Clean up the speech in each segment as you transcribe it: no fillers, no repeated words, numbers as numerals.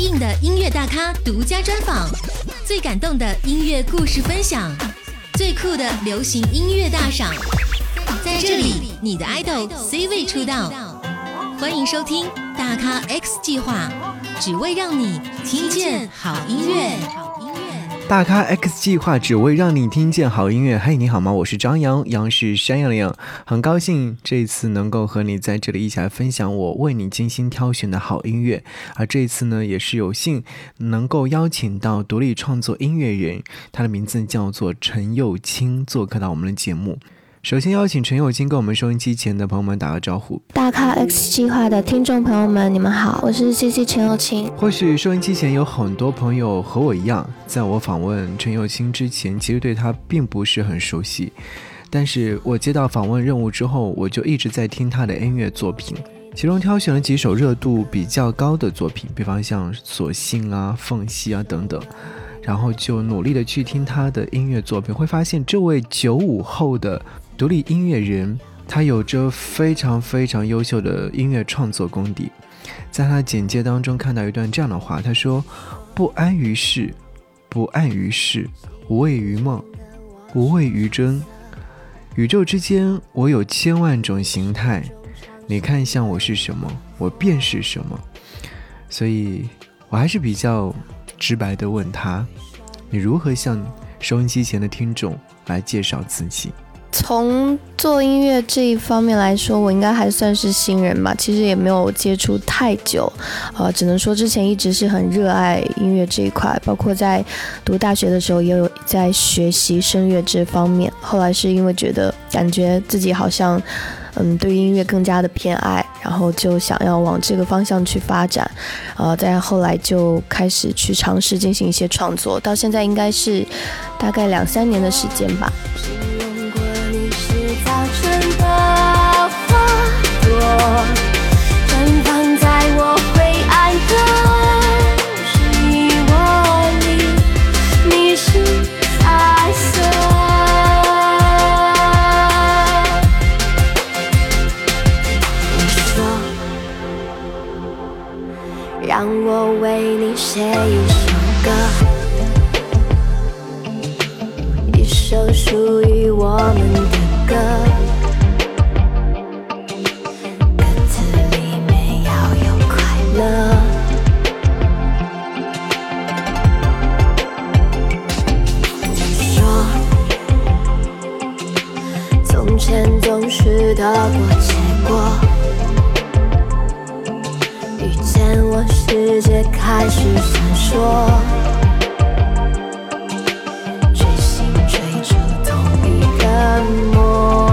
硬的音乐大咖独家专访，最感动的音乐故事分享，最酷的流行音乐大赏，在这里你的 idol C 位出道。欢迎收听大咖 X 计划，只为让你听见好音乐。 大咖 X 计划只为让你听见好音乐。嘿，你好吗？我是张扬，杨是山羊的羊，很高兴这一次能够和你在这里一起来分享我为你精心挑选的好音乐。而这一次呢，也是有幸能够邀请到独立创作音乐人，他的名字叫做陈又青，做客到我们的节目。首先邀请陈又青跟我们收音机前的朋友们打个招呼。 大咖 X 计划的听众朋友们，你们好，我是 CC 陈又青。 或许收音机前有很多朋友和我一样，在我访问陈又青之前，其实对他并不是很熟悉，但是我接到访问任务之后，我就一直在听他的音乐作品，其中挑选了几首热度比较高的作品，比方像索性啊、缝隙啊等等，然后就努力的去听他的音乐作品，会发现这位95后的独立音乐人，他有着非常非常优秀的音乐创作功底。在他的简介当中看到一段这样的话，他说：不安于世，不谙于世，无畏于梦，无畏于真。宇宙之间我有千万种形态，你看向我是什么，我便是什么。所以我还是比较直白地问他，你如何向收音机前的听众来介绍自己？ 从做音乐这一方面来说，我应该还算是新人吧，其实也没有接触太久，只能说之前一直是很热爱音乐这一块，包括在读大学的时候也有在学习声乐这方面，后来是因为感觉自己好像对音乐更加的偏爱，然后就想要往这个方向去发展，再后来就开始去尝试进行一些创作，到现在应该是大概2-3年的时间吧。 早晨的花朵绽放在我灰暗的心窝里，你是彩色，你说让我为你写一首歌，一首属于我们的歌词里面要有快乐。说从前总是得过且过，遇见我世界开始闪烁，追星追逐同一个梦。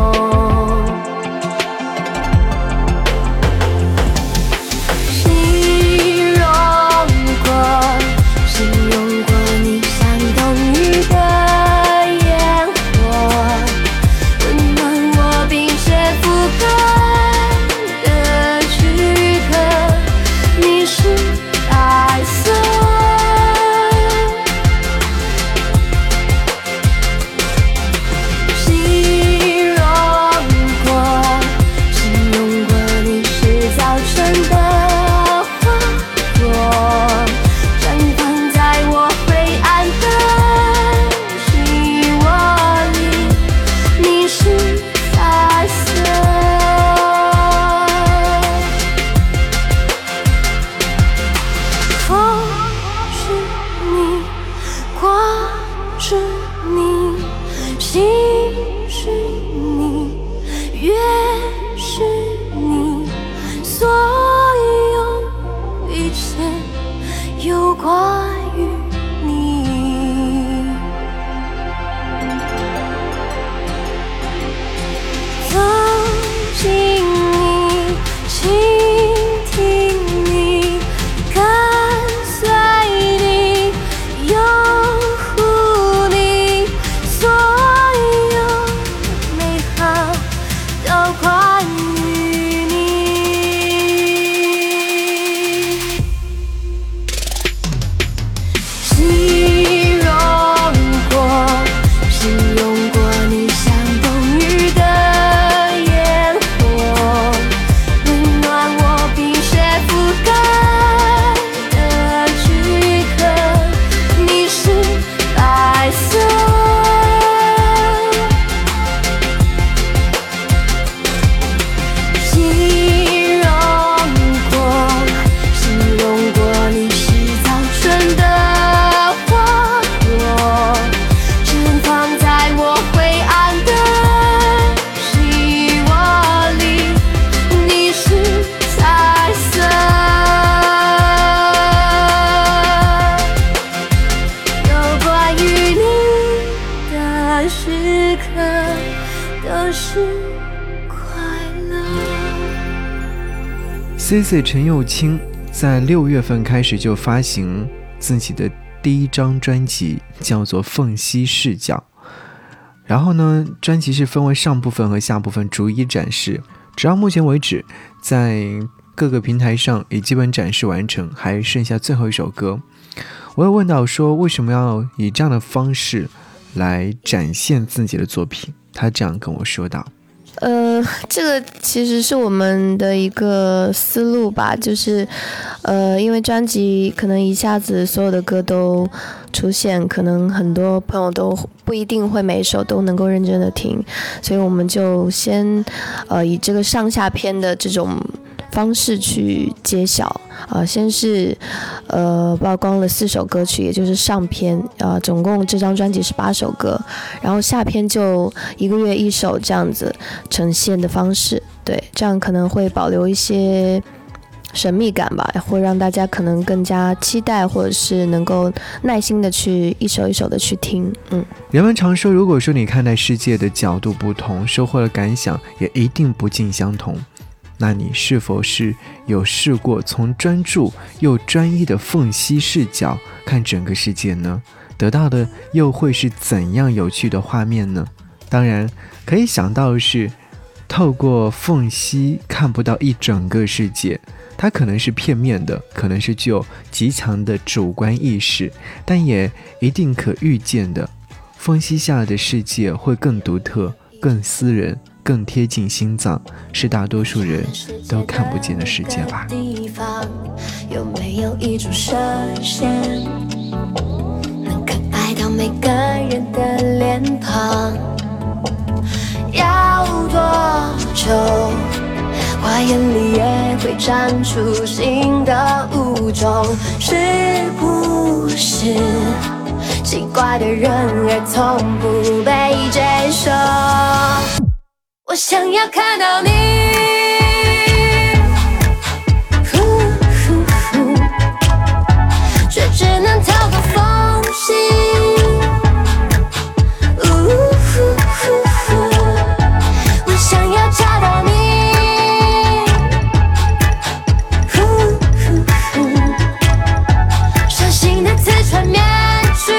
Cici 陈又青在6月份开始就发行自己的第一张专辑，叫做《缝隙视角》。然后呢，专辑是分为上部分和下部分逐一展示，直到目前为止，在各个平台上也基本展示完成，还剩下最后一首歌。我有问到说，为什么要以这样的方式来展现自己的作品？他这样跟我说道。 这个其实是我们的一个思路吧，就是因为专辑可能一下子所有的歌都出现，可能很多朋友都不一定会每一首都能够认真的听，所以我们就先以这个上下篇的这种方式去揭晓。先是曝光了4首歌曲，也就是上篇，总共这张专辑是8首歌，然后下篇就1个月1首这样子呈现的方式。对，这样可能会保留一些神秘感吧，会让大家可能更加期待，或者是能够耐心的去一首一首的去听。 人们常说，如果说你看待世界的角度不同，收获的感想也一定不尽相同。那你是否是有试过从专注又专一的缝隙视角看整个世界呢？得到的又会是怎样有趣的画面呢？当然，可以想到的是，透过缝隙看不到一整个世界，它可能是片面的，可能是具有极强的主观意识，但也一定可预见的，缝隙下的世界会更独特、更私人、更贴近心脏，是大多数人都看不见的世界吧。 有没有一种射线，能够爱到每个人的脸庞？要多久，花园里也会长出新的物种？是不是奇怪的人儿从不被接受？我想要看到你，却只能透过缝隙。我想要找到你，伤心的刺穿面具。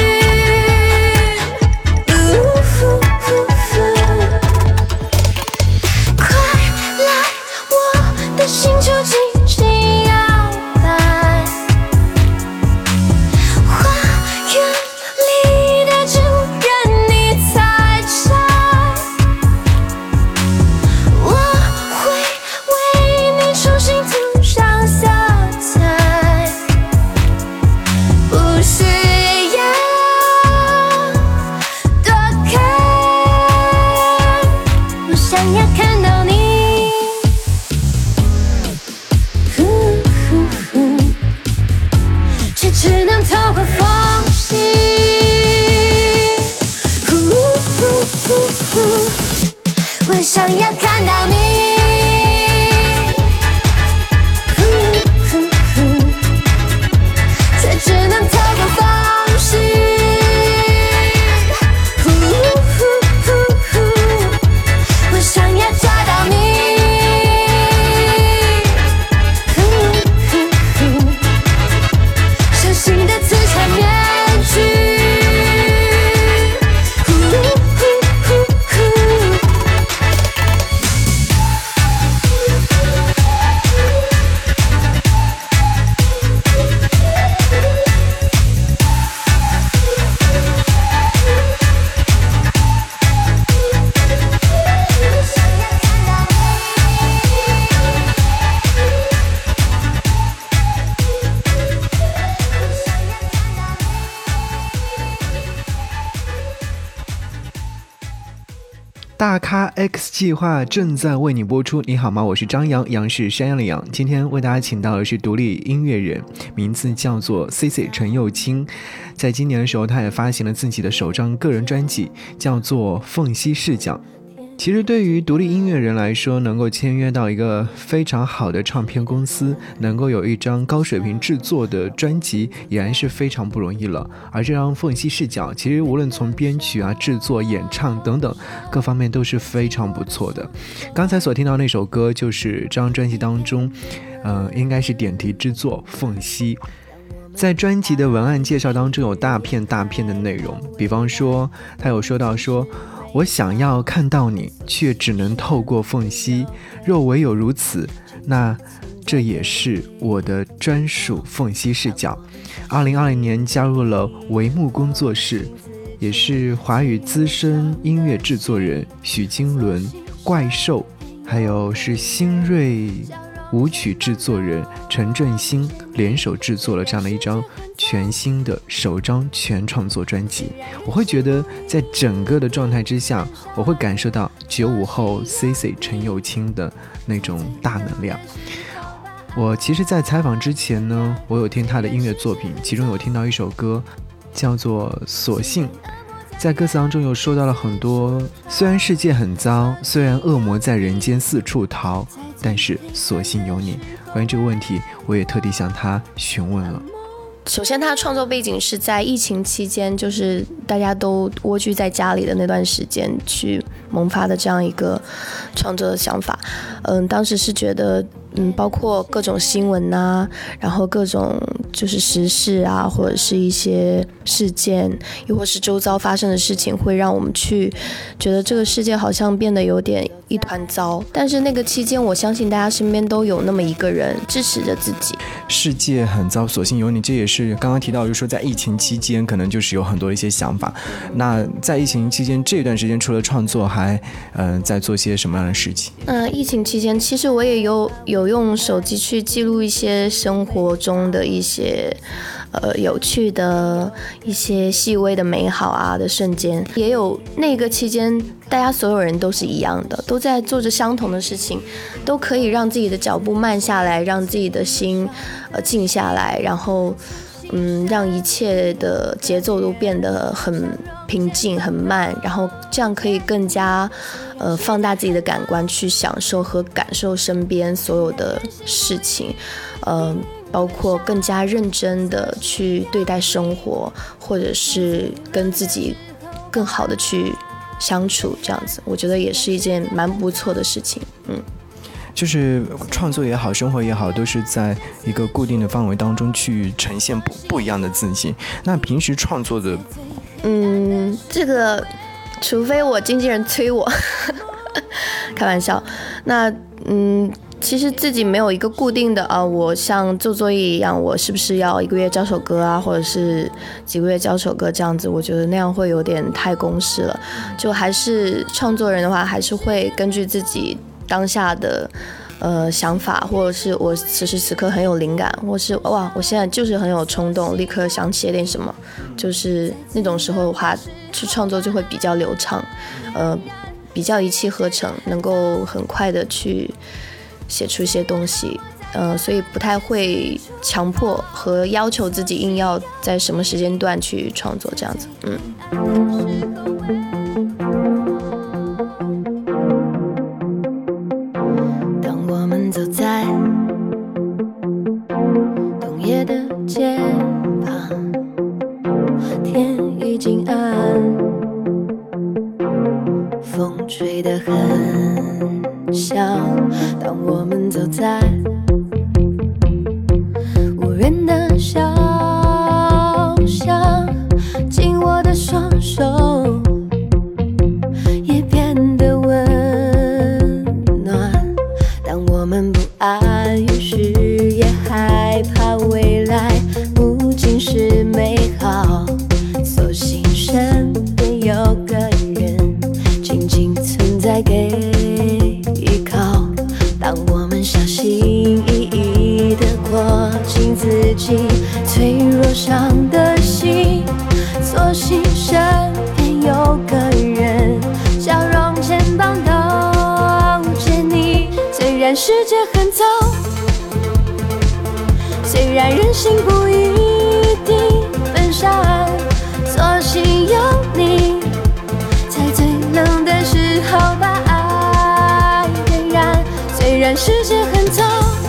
心就轻轻摇摆，花园里的植物任你采摘，我会为你重新涂上色彩，不需要躲开，我想要看到你，只能透过缝隙。我想要看到你，却只能透过缝隙。我想要抓到你，新的刺穿面具。 大咖 X 计划正在为你播出。你好吗？我是张扬，杨是山羊的羊。今天为大家请到的是独立音乐人，名字叫做 Cici 陈又青。在今年的时候，他也发行了自己的首张个人专辑，叫做《缝隙视角》。 其实对于独立音乐人来说，能够签约到一个非常好的唱片公司，能够有一张高水平制作的专辑，已然是非常不容易了。而这张《缝隙视角》，其实无论从编曲啊、制作、演唱等等各方面都是非常不错的。刚才所听到那首歌，就是这张专辑当中，应该是点题之作《缝隙》。在专辑的文案介绍当中，有大片的内容，比方说他有说到说，我想要看到你，却只能透过缝隙，若唯有如此，那这也是我的专属缝隙视角。2020年加入了帷幕工作室，也是华语资深音乐制作人许金伦、怪兽，还有是新锐舞曲制作人陈振兴联手制作了这样的一张全新的首张全创作专辑。我会觉得在整个的状态之下，我会感受到95后 CC 陈又青的那种大能量。我其实在采访之前呢，我有听他的音乐作品，其中有听到一首歌叫做《索性》，在歌词当中有说到了很多，虽然世界很糟，虽然恶魔在人间四处逃，但是所幸有你。关于这个问题，我也特地向他询问了。 首先他的创作背景是在疫情期间，就是大家都蜗居在家里的那段时间去萌发的这样一个创作的想法。当时是觉得包括各种新闻啊，然后各种就是时事啊，或者是一些事件，又或是周遭发生的事情，会让我们去觉得这个世界好像变得有点一团糟。但是那个期间，我相信大家身边都有那么一个人支持着自己。 世界很糟，所幸有你，这也是刚刚提到，就是说在疫情期间，可能就是有很多的一些想法。那在疫情期间这段时间，除了创作，还在做些什么样的事情？ 疫情期间，其实我也有用手机去记录一些生活中的一些有趣的一些细微的美好啊的瞬间。也有那个期间，大家所有人都是一样的，都在做着相同的事情，都可以让自己的脚步慢下来，让自己的心静下来，然后让一切的节奏都变得很平静很慢，然后这样可以更加放大自己的感官，去享受和感受身边所有的事情，包括更加认真的去对待生活，或者是跟自己更好的去相处，这样子我觉得也是一件蛮不错的事情。 就是创作也好，生活也好，都是在一个固定的范围当中去呈现不一样的自己。那平时创作的这个除非我经纪人催我开玩笑。那其实自己没有一个固定的我像做作业一样，我是不是要1个月交首歌啊，或者是几个月交首歌这样子，我觉得那样会有点太公式了。就还是创作人的话，还是会根据自己当下的想法，或者是我此时此刻很有灵感，或是我现在就是很有冲动，立刻想写点什么，就是那种时候的话，去创作就会比较流畅，比较一气呵成，能够很快的去写出一些东西，所以不太会强迫和要求自己硬要在什么时间段去创作这样子。 走在冬夜的街旁，天已经暗，风吹得很小。当我们走在无人的小巷，紧握的双手也变得温暖。当我们不安于时，也害怕未来不尽是美好，所幸身边有个人静静存在给依靠。当我们小心翼翼地握紧自己脆弱伤的心，所幸身边有个人笑容肩膀都借你。虽然世界很糟，虽然人心不一定本善，所幸有你，在最冷的时候把爱然世界很糟，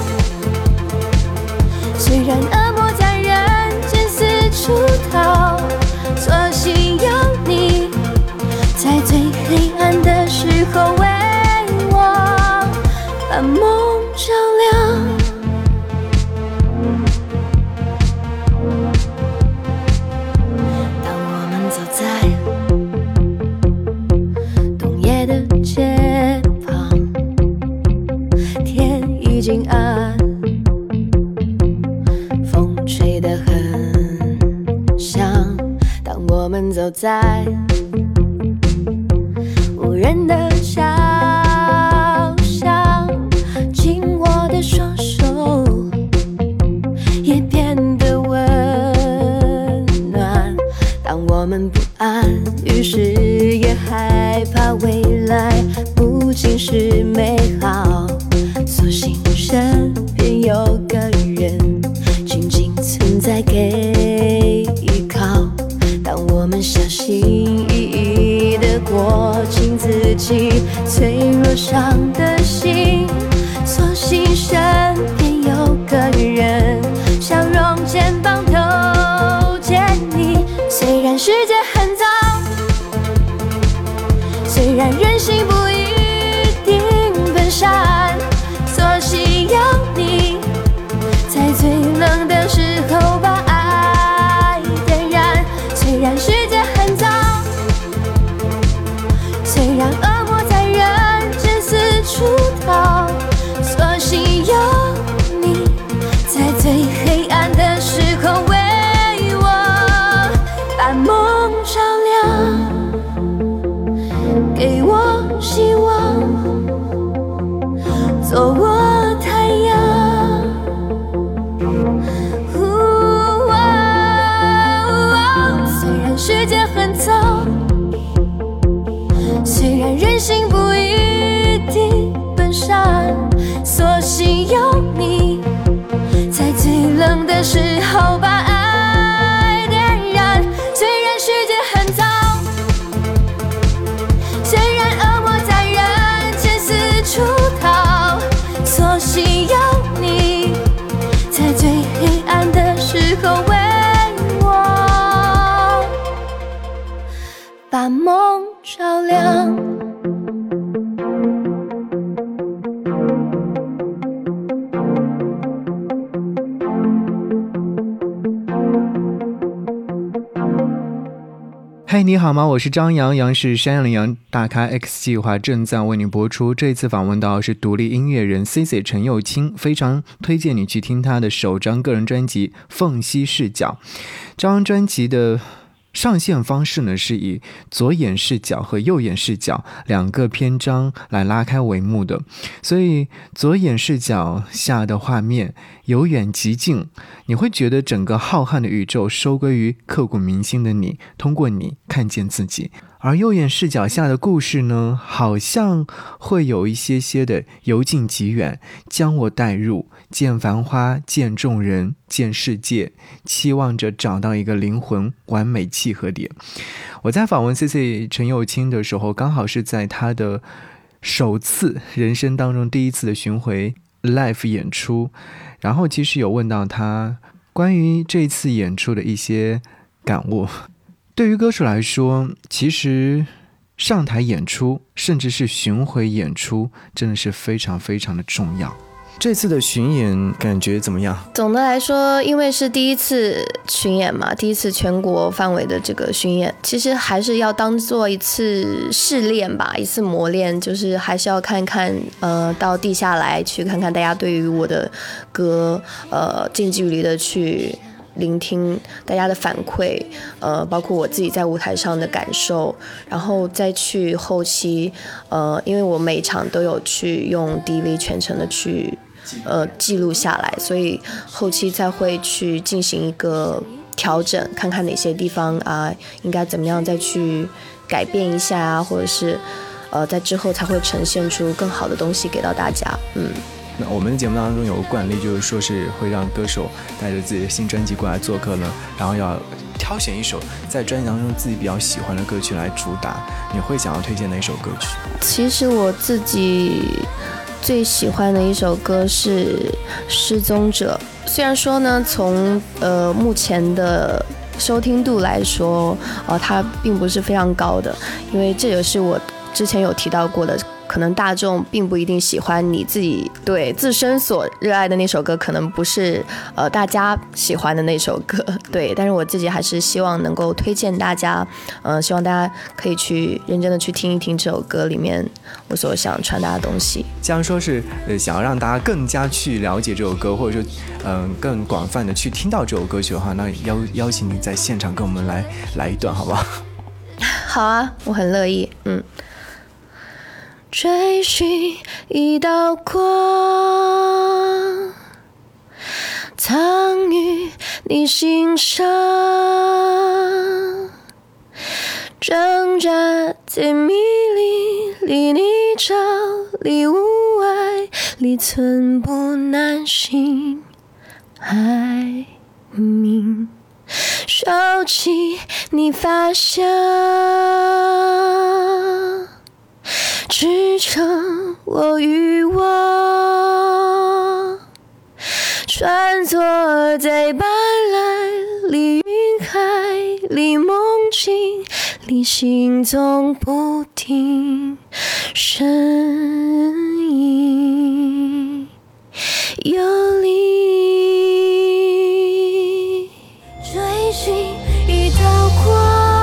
虽然恶魔在人间四处逃，索性有你在最黑暗的时候为我把梦照亮。当我们走在冬夜的街旁，天已经暗，风吹得很响。当我们走在无人的小巷，紧握的双手也变得温暖。当我们不安，于是也害怕未来不尽是美好，所幸身边有个人静静存在给依靠。当我们小心翼翼地握紧自己脆弱伤的心，所幸身边有个人笑容肩膀都借你。虽然世界很糟，虽然人心不一定本善，所幸有你在最冷的时候把爱点燃。虽然世界很糟，虽然恶魔在人间四处逃，所幸有你在最黑暗的时候为我把梦照亮，给我希望，做我太阳。虽然世界很糟，虽然人心不一定本善，所幸有你在最冷的时候把爱点燃。虽然世界很糟，虽然恶魔在人间四处逃，所幸有你在最黑暗的时候为我把梦照亮。 嘿，你好吗？我是张扬，杨是山羊的羊，大咖 X 计划正在为你播出。这次访问到是独立音乐人 CC 陈又青，非常推荐你去听他的首张个人专辑《缝隙视角》。这张专辑的上线方式呢，是以左眼视角和右眼视角两个篇章来拉开帷幕的，所以左眼视角下的画面由远及近，你会觉得整个浩瀚的宇宙收归于刻骨铭心的你，通过你看见自己。而右眼视角下的故事呢，好像会有一些些的由近及远，将我带入，见繁花，见众人，见世界，期望着找到一个灵魂完美契合点。我在访问 CC 陈又青的时候，刚好是在他的首次人生当中第一次的巡回 live 演出，然后其实有问到他关于这次演出的一些感悟。对于歌手来说，其实上台演出甚至是巡回演出真的是非常非常的重要。 这次的巡演感觉怎么样？ 总的来说，因为是第一次巡演嘛，第一次全国范围的这个巡演，其实还是要当做一次试炼吧，一次磨练，就是还是要看看到地下来去看看大家对于我的歌近距离的去聆听大家的反馈，包括我自己在舞台上的感受，然后再去后期，因为我每场都有去用 DV 全程的去记录下来，所以后期再会去进行一个调整，看看哪些地方应该怎么样再去改变一下啊，或者是在之后才会呈现出更好的东西给到大家。 那我们的节目当中有个惯例，就是说是会让歌手带着自己的新专辑过来做客了，然后要挑选一首在专辑当中自己比较喜欢的歌曲来主打。你会想要推荐哪一首歌曲？ 其实我自己最喜欢的一首歌是《失踪者》。虽然说呢，从目前的收听度来说，它并不是非常高的，因为这也是我之前有提到过的。可能大众并不一定喜欢你自己对自身所热爱的那首歌，可能不是大家喜欢的那首歌，对。但是我自己还是希望能够推荐大家，希望大家可以去认真的去听一听这首歌里面我所想传达的东西。 既然说是想要让大家更加去了解这首歌，或者说更广泛的去听到这首歌曲的话，那邀请你在现场跟我们来一段，好不好？ 好啊，我很乐意。追寻一道光，藏于你心上，挣扎在迷离，离你朝里无爱，里寸步难行，爱明收起你发香，支撑我欲望，穿梭在斑斓里云海里梦境里，心总不停声音有力，追寻一道光，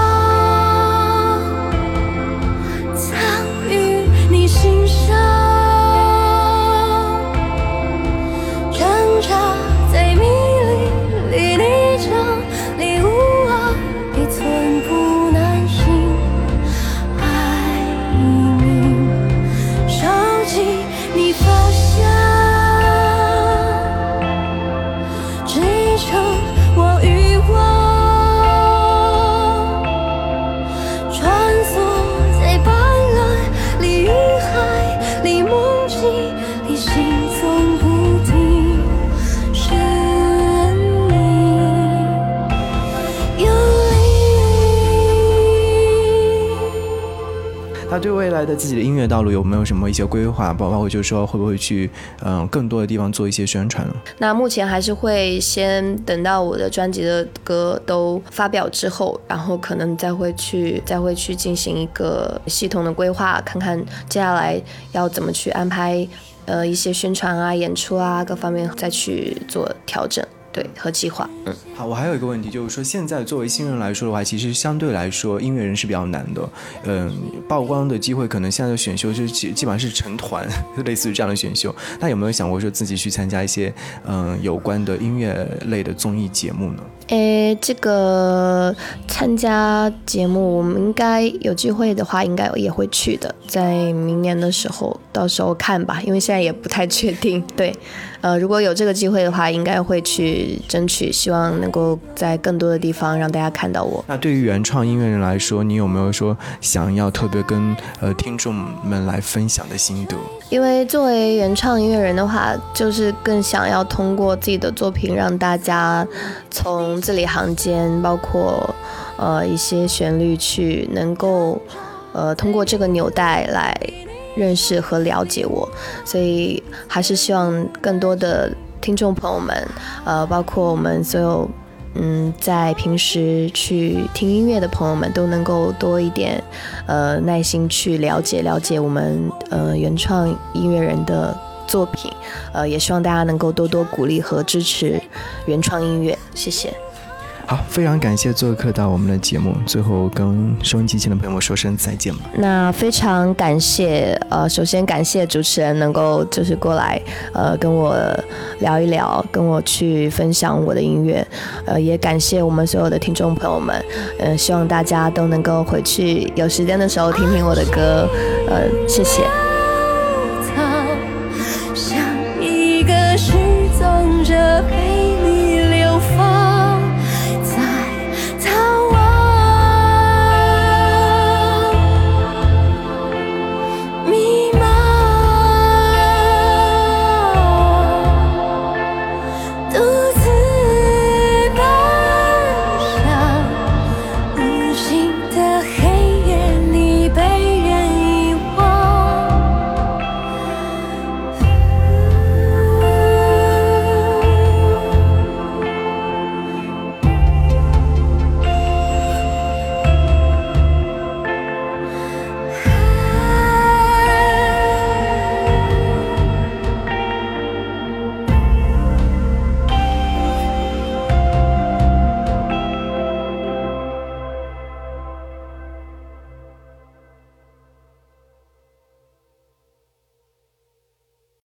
对未来的自己的音乐道路有没有什么一些规划，包括就是说会不会去更多的地方做一些宣传？ 那目前还是会先等到我的专辑的歌都发表之后，然后可能再会去进行一个系统的规划，看看接下来要怎么去安排一些宣传啊、演出啊各方面再去做调整。对和计划。 好，我还有一个问题，就是说现在作为新人来说的话，其实相对来说音乐人是比较难的。曝光的机会可能现在的选秀就是基本上是成团，类似于这样的选秀。那有没有想过说自己去参加一些有关的音乐类的综艺节目呢？ 这个参加节目，我们应该有机会的话，应该也会去的，在明年的时候，到时候看吧，因为现在也不太确定。对，如果有这个机会的话，应该会去争取，希望能够在更多的地方让大家看到我。 那对于原创音乐人来说，你有没有说想要特别跟听众们来分享的心得？ 因为作为原创音乐人的话，就是更想要通过自己的作品，让大家从字里行间，包括一些旋律去能够通过这个纽带来认识和了解我，所以还是希望更多的听众朋友们，包括我们所有在平时去听音乐的朋友们，都能够多一点耐心去了解我们原创音乐人的作品，也希望大家能够多多鼓励和支持原创音乐，谢谢。 好，非常感谢做客到我们的节目，最后跟收音机前的朋友们说声再见吧。 那非常感谢首先感谢主持人能够就是过来跟我聊一聊，跟我去分享我的音乐，也感谢我们所有的听众朋友们，希望大家都能够回去有时间的时候听听我的歌，谢谢。